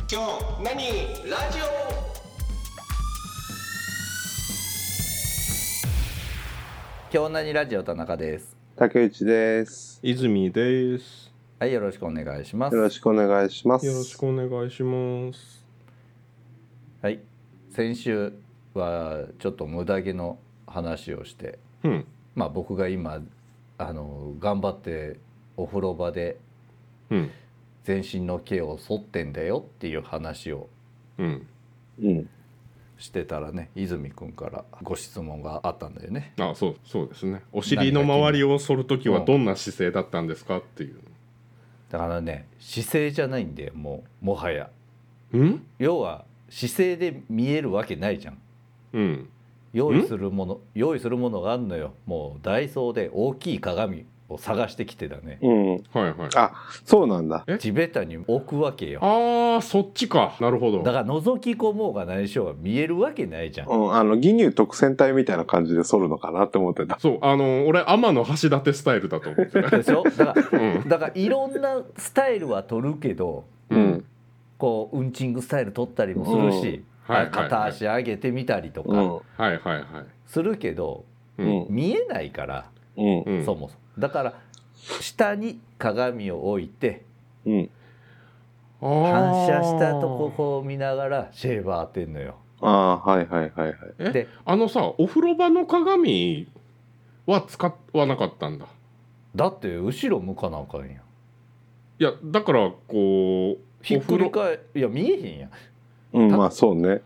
今日何ラジオ。 今日何ラジオ田中です。 竹内です。 泉です。 はい、よろしくお願いします。 よろしくお願いします。 よろしくお願いします。 はい、先週はちょっと無駄毛の話をして、まあ僕が今頑張ってお風呂場で全身の毛を剃ってんだよっていう話をしてたらね、泉くんからご質問があったんだよね。 そうですね。お尻の周りを剃るときはどんな姿勢だったんですかっていう。 だからね、姿勢じゃないんだよ、もはや。要は姿勢で見えるわけないじゃん。用意するものがあるのよ。もうダイソーで大きい鏡を探してきてだね。 あ、そうなんだ。 地べたに置くわけよ。 そっちか。なるほど。 だから覗き込もうが何しようが見えるわけないじゃん。 義乳特選隊みたいな感じで剃るのかなって思ってた。 そう、俺天の橋立スタイルだと思ってた。 でしょ。だからいろんなスタイルは取るけど、こうウンチングスタイル取ったりもするし、片足上げてみたりとかするけど、見えないから、そもそも。だから下に鏡を置いて、反射したとこを見ながらシェーバー当てんのよ。 で、お風呂場の鏡は使わなかったんだ。 だって後ろ向かなあかんやん。いやだからこうひっくり返いや見えへんやん。 まあそうね。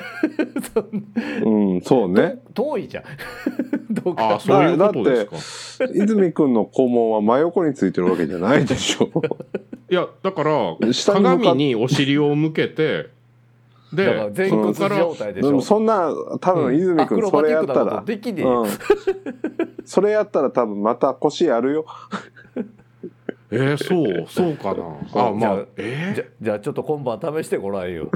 そうね。 遠いじゃん。 そういうことですか。 だって泉くんの肛門は真横についてるわけじゃないでしょ。 いやだから鏡にお尻を向けて、 でだから前屈状態でしょ。 そんな多分泉くんそれやったらそれやったら多分また腰やるよ。 そうかな。 じゃあちょっと今晩試してごらんよ。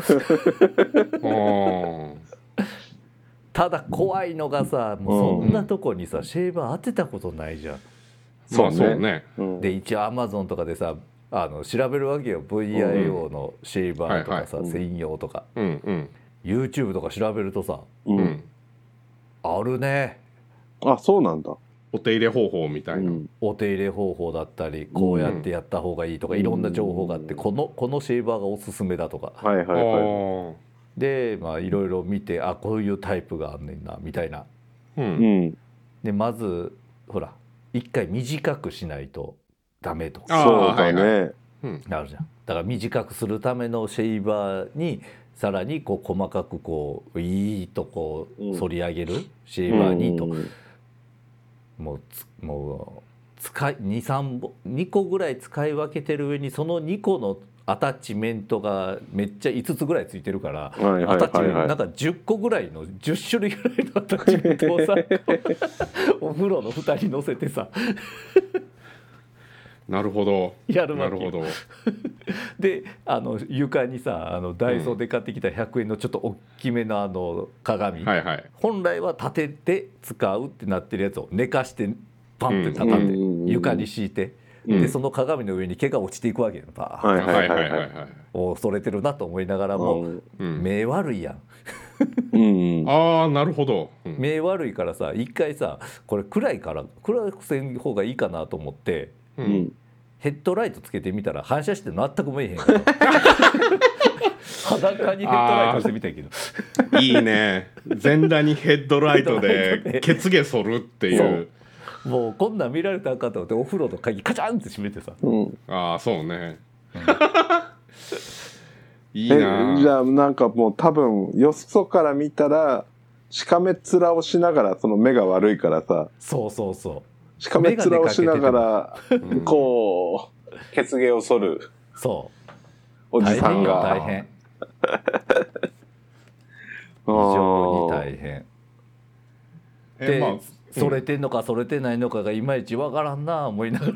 ただ怖いのがさ、もうそんなとこにさシェーバー当てたことないじゃん。 そうね。 で一応 Amazon とかでさ調べるわけよ。 VIO のシェーバーとかさ、専用とか、YouTube とか調べるとさ、あるね。 あ、そうなんだ。 お手入れ方法みたいな、 お手入れ方法だったり、こうやってやった方がいいとか、いろんな情報があって、このシェーバーがおすすめだとか、でまあいろいろ見て、こういうタイプがあんねんなみたいな。でまずほら一回短くしないとダメとか、 そうだね、 なるじゃん。だから短くするためのシェーバーにさらにこう細かくこういいとこう反り上げるシェーバーにと、もう2個ぐらい使い分けてる上に、その2個のアタッチメントがめっちゃ5つぐらいついてるから、アタッチメントなんか10個ぐらいの10種類ぐらいのアタッチメントをさお風呂の蓋に乗せてさなるほどやるわけよ。で床にさダイソーで買ってきた100円のちょっと大きめの鏡、本来は立てて使うってなってるやつを寝かしてパンって畳んで床に敷いて、でその鏡の上に毛が落ちていくわけよ。恐れてるなと思いながらも、目悪いやん。 なるほど。 目悪いからさ、一回さこれ暗くせん方がいいかなと思って、ヘッドライトつけてみたら反射して全く見えへんから裸にヘッドライトしてみたけどいいね。全裸にヘッドライトで血毛剃るっていう。 もうこんなん見られたらあかんと思ってお風呂の鍵カチャンって閉めてさ、 そうね、いいな。 じゃあなんかもう多分よそから見たらしかめっ面をしながら、その目が悪いからさ、しかめっ面をしながらこう血毛を剃るおじさんが大変非常に大変で、それてんのかそれてないのかがいまいちわからんな思いながら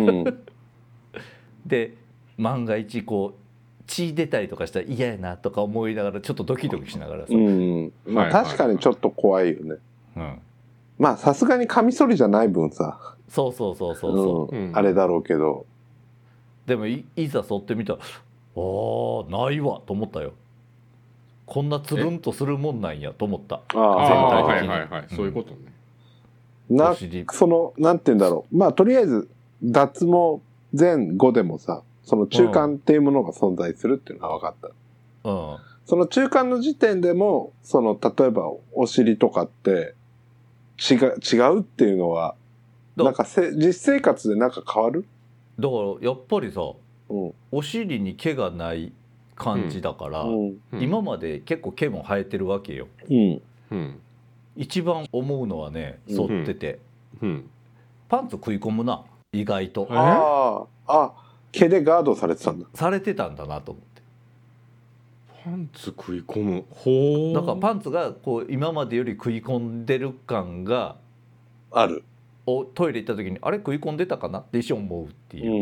で万が一こう血出たりとかしたら嫌やなとか思いながら、ちょっとドキドキしながらさ、 まあ確かにちょっと怖いよね。まあさすがにカミソリじゃない分さ、 そう、 あれだろうけど、 でもいざ剃ってみたらないわと思ったよ。こんなつるんとするもんなんやと思った。 全体的に。はいはいはい、そういうことね。 なんて言うんだろう。まあとりあえず脱毛前後でもさ、その中間っていうものが存在するっていうのは分かった。その中間の時点でも、例えばお尻とかって違うっていうのは、なんか実生活でなんか変わる？ だからやっぱりさ、お尻に毛がない感じだから、今まで結構毛も生えてるわけよ。一番思うのはね、反ってて、パンツ食い込むな、意外と。 毛でガードされてたんだ。 されてたんだなと思って。 パンツ食い込む。 だからパンツがこう今までより食い込んでる感がある。 トイレ行った時にあれ食い込んでたかなって一瞬思うっていう。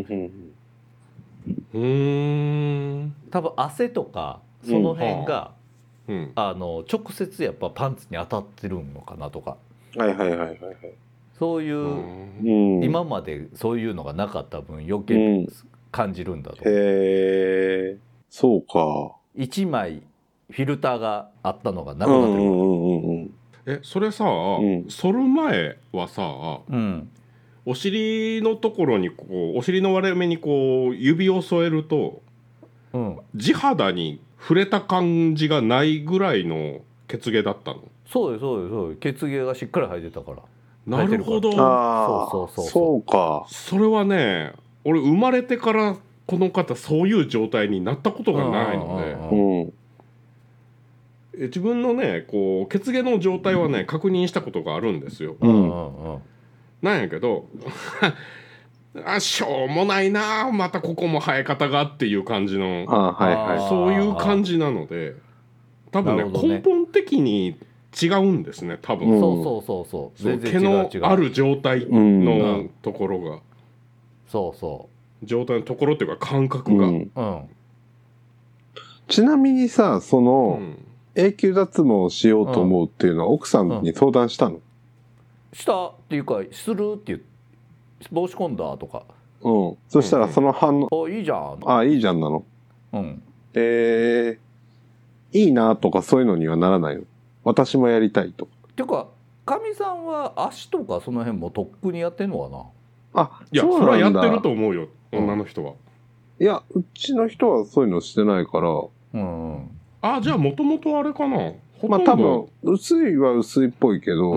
多分汗とかその辺が、直接やっぱパンツに当たってるのかなとか。そういう、今までそういうのがなかった分余計感じるんだと。 へえ、そうか。 1枚フィルターがあったのがなくなってる。 それさ、剃る前はさ、お尻のところにこうお尻の割れ目にこう指を添えると、地肌に触れた感じがないぐらいの血毛だったの？ そうですそうです。血毛がしっかり生えてたから。 なるほど。 そうか。 それはね、俺生まれてからこの方そういう状態になったことがないので、自分のねこう血毛の状態はね確認したことがあるんですよ。なんやけどしょうもないな、またここも生え方がっていう感じの、そういう感じなので、多分ね根本的に違うんですね、多分。 そう毛のある状態のところが、状態のところっていうか感覚が。 ちなみにさ、その永久脱毛をしようと思うっていうのは奥さんに相談したの？ したっていうか、するって言って、申し込んだとか。 そしたらその反応、 いいじゃん。 いいじゃんなの。いいなとかそういうのにはならないの？私もやりたいと。 っていうか、かみさんは足とかその辺もとっくにやってんのかな？ いや、それはやってると思うよ、女の人は。 いや、うちの人はそういうのしてないから。 じゃあもともとあれかな。 まあ多分薄いは薄いっぽいけど、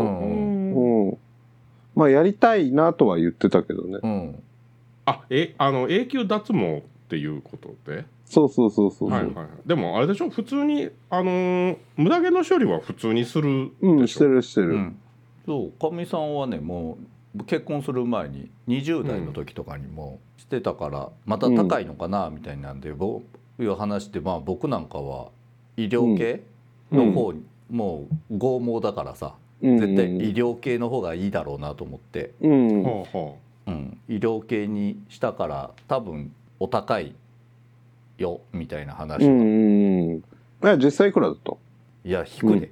まあやりたいなとは言ってたけどね。 永久脱毛っていうことで。 そう。 でもあれでしょ、普通に無駄毛の処理は普通にするでしょ。してる。 そう、かみさんはね、もう結婚する前に20代の時とかにもしてたから、また高いのかなみたいなんで、いう話で、僕なんかは医療系の方に、もう剛毛だからさ、絶対医療系の方がいいだろうなと思って、医療系にしたから多分お高いよみたいな話が。実際いくらだと？ いや引くで。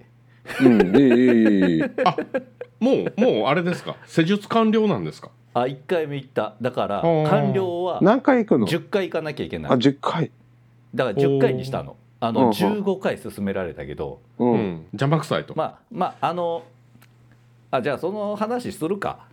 もうあれですか、施術完了なんですか ？1回目行った。だから完了は何回行くの ？10回行かなきゃいけない。 10回だから10回にしたの。15回勧められたけど、 邪魔くさいと。 じゃあその話するか。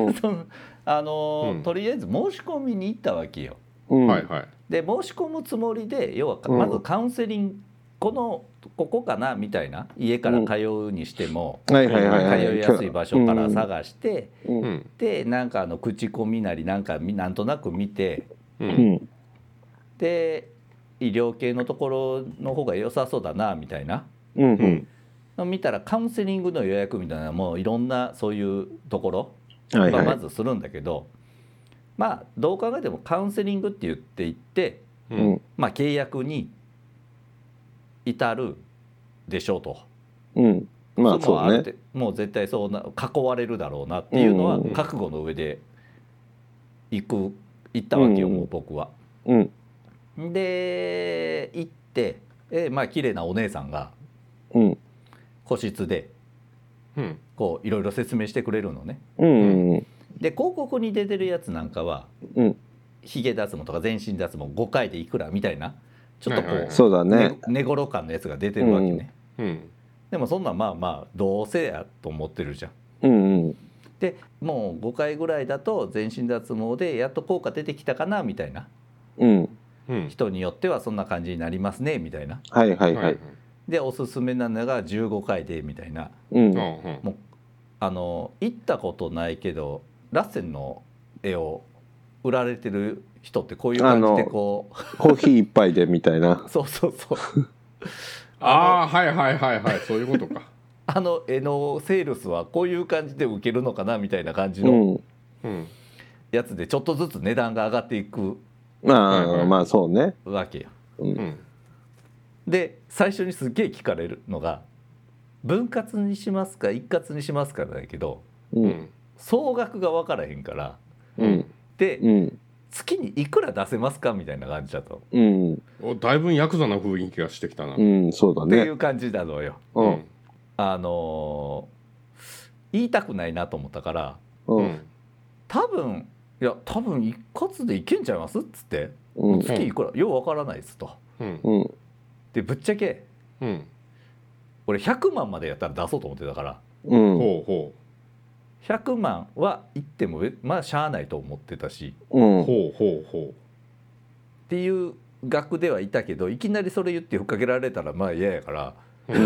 とりあえず申し込みに行ったわけよ。で申し込むつもりで、要はまずカウンセリング、ここかなみたいな、家から通うにしても通いやすい場所から探して、でなんか口コミなりなんとなく見て、で医療系のところの方が良さそうだなみたいな、見たらカウンセリングの予約みたいな、もういろんなそういうところがまずするんだけど、どう考えてもカウンセリングって言っていって、契約に至るでしょうと。 そうね。 もう絶対そうな囲われるだろうなっていうのは覚悟の上で行ったわけよ、もう僕は。で行って、綺麗なお姉さんが個室でこういろいろ説明してくれるのね。で広告に出てるやつなんかは、ヒゲ脱毛とか全身脱毛5回でいくらみたいなちょっとこう、 そうだね、 寝頃感のやつが出てるわけね、 うん、 でもそんなんまあまあどうせやと思ってるじゃん。 うんうん、 でもう5回ぐらいだと全身脱毛でやっと効果出てきたかなみたいな、 うん、 人によってはそんな感じになりますねみたいな、 はいはいはい、 でおすすめなのが15回でみたいな、 もう行ったことないけどラッセンの絵を売られてる人ってこういう感じでこうコーヒー一杯でみたいなそうそうそうはいはいはいはい、そういうことか絵のセールスはこういう感じで受けるのかなみたいな感じのやつでちょっとずつ値段が上がっていくまあそうねわけよ、で最初にすっげえ聞かれるのが分割にしますか一括にしますかだけど、総額が分からへんから、で、月にいくら出せますかみたいな感じだと、 だいぶヤクザな雰囲気がしてきたな、 そうだねっていう感じなのよ、言いたくないなと思ったから、多分一括でいけんちゃいますっつって、月いくらよう分からないですと、でぶっちゃけ、俺100万までやったら出そうと思ってたから、100万は言ってもまあしゃあないと思ってたし、っていう額ではいたけど、いきなりそれ言ってふっかけられたらまあ嫌やから、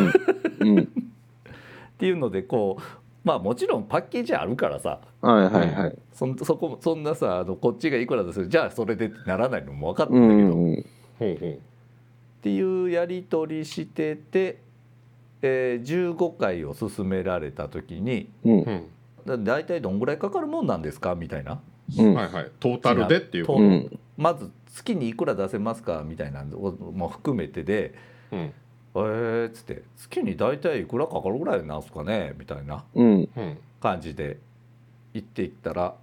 っていうのでこうまあもちろんパッケージあるからさ、そんなさこっちがいくらでするじゃあそれでってならないのも分かったんだけど、っていうやり取りしてて、15回を進められた時に、だいたいどんぐらいかかるもんなんですかみたいな、 トータルでっていうこと、 まず月にいくら出せますかみたいなのも含めてで、つって月に大体いくらかかるぐらいなんすかねみたいな感じで言っていったら、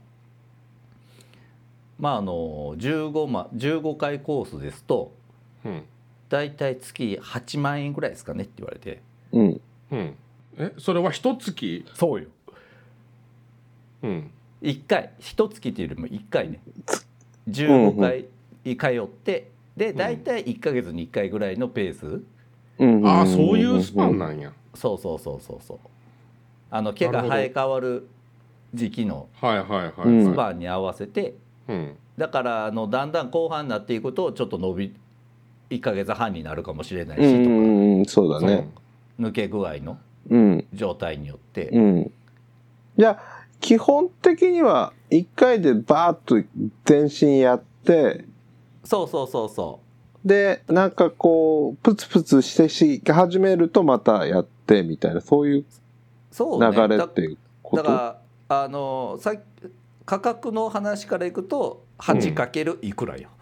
まあ15回コースですと、大体月8万円ぐらいですかねって言われて、 それは一月？ そうよ、1回一月っていうよりも1回ね15回通って、で大体1ヶ月に1回ぐらいのペース、 そういうスパンなんや。 そう毛が生え変わる時期のスパンに合わせて、だからだんだん後半になっていくとちょっと1ヶ月半になるかもしれないしとか、 そうだね、 抜け具合の状態によって、 いや基本的には1回でバーッと全身やって、でなんかこうプツプツして始めるとまたやってみたいな、そういう流れっていうこと。 だから価格の話からいくと 8× いくらよ。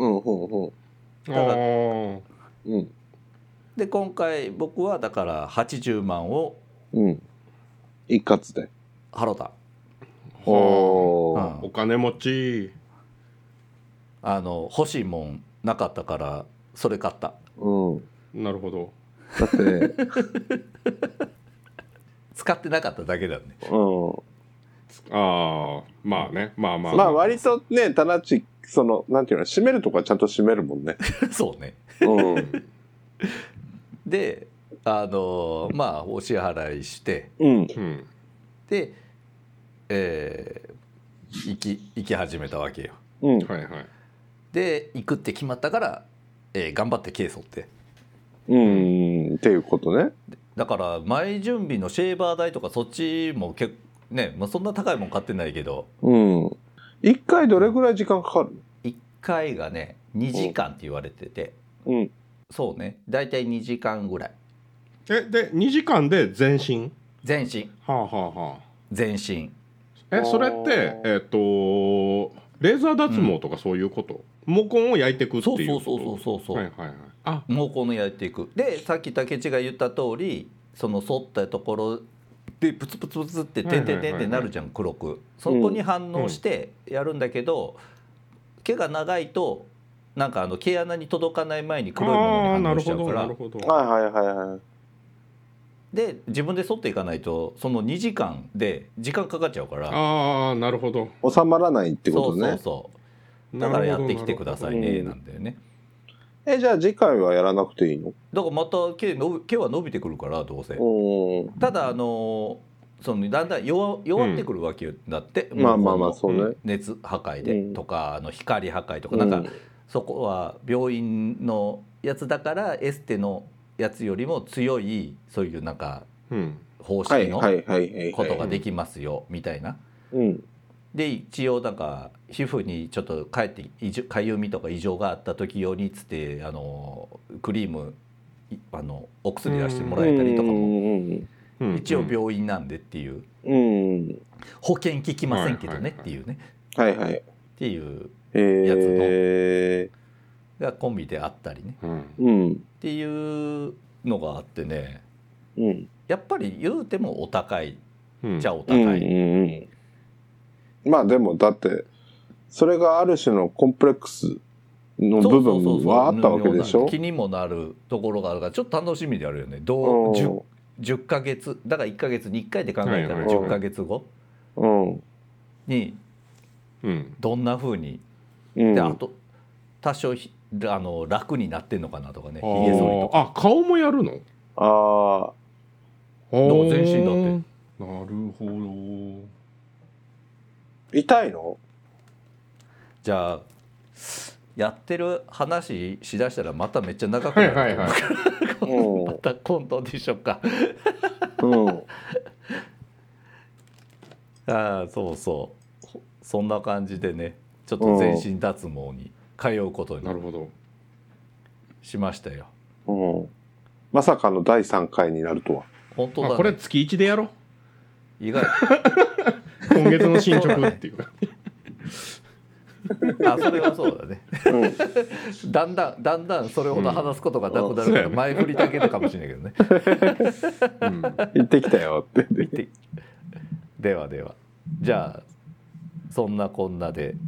で今回僕はだから80万を一括で払った。 お金持ち。 欲しいもんなかったからそれ買った。 なるほど。 だって使ってなかっただけだね。 まあね、まあ割とね、タナッチなんていうの、閉めるとこはちゃんと閉めるもんね。 そうね。でまあお支払いして、で、行き始めたわけよ。で行くって決まったから、頑張って毛剃って。 っていうことね。 だから前準備のシェーバー代とかそっちもそんな高いもん買ってないけど、 1回どれぐらい時間かかる ？1回がね2時間って言われてて、そうね、だいたい2時間ぐらい。 で2時間で全身？ 全身。全身。 それってレーザー脱毛とかそういうこと？毛根を焼いていくっていうこと？ そう毛根を焼いていく。でさっき竹内が言った通り、その剃ったところでプツプツプツっててんてんてんってなるじゃん、黒く。そこに反応してやるんだけど、毛が長いとなんか毛穴に届かない前に黒いものに反応しちゃうから。で自分で剃っていかないとその2時間で時間かかっちゃうから。 なるほど。 収まらないってことね。 だからやってきてくださいねなんだよね。 じゃあ次回はやらなくていいの？ だからまた毛は伸びてくるからどうせ。ただそのだんだん弱ってくるわけだって、 まあまあまあそうね。 熱破壊でとか光破壊とかなんか、そこは病院のやつだからエステのやつよりも強いそういうなんか方式のことができますよみたいな。で一応なんか皮膚にちょっとかゆみとか異常があった時用にっつってクリームお薬出してもらえたりとかも一応病院なんでっていう、保険効きませんけどねっていうね、っていうやつのがコンビであったりね、っていうのがあってね、やっぱり言うてもお高いじゃお高い。 まあでもだってそれがある種のコンプレックスの部分はあったわけでしょ。 気にもなるところがあるからちょっと楽しみであるよね。10ヶ月だから1ヶ月に1回で考えたら10ヶ月後にどんな風にであと多少楽になってんのかなとかね。ひげ剃りとか。 顔もやるの？ 全身だって。 なるほど。 痛いの？ じゃあやってる話しだしたらまためっちゃ長くなる。また今度でしょうか。そうそんな感じでね、ちょっと全身脱毛に通うことにしましたよ。 まさかの第3回になるとは。 本当だね。 これ月1でやろう。 意外。 今月の進捗っていうか。 それはそうだね。だんだんそれほど話すことがなくなるから前振りだけでかもしれないけどね。行ってきたよって。 ではじゃあそんなこんなで、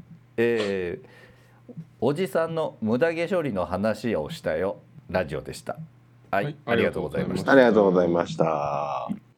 おじさんの無駄毛処理の話をしたよラジオでした。はい、ありがとうございました。 ありがとうございました。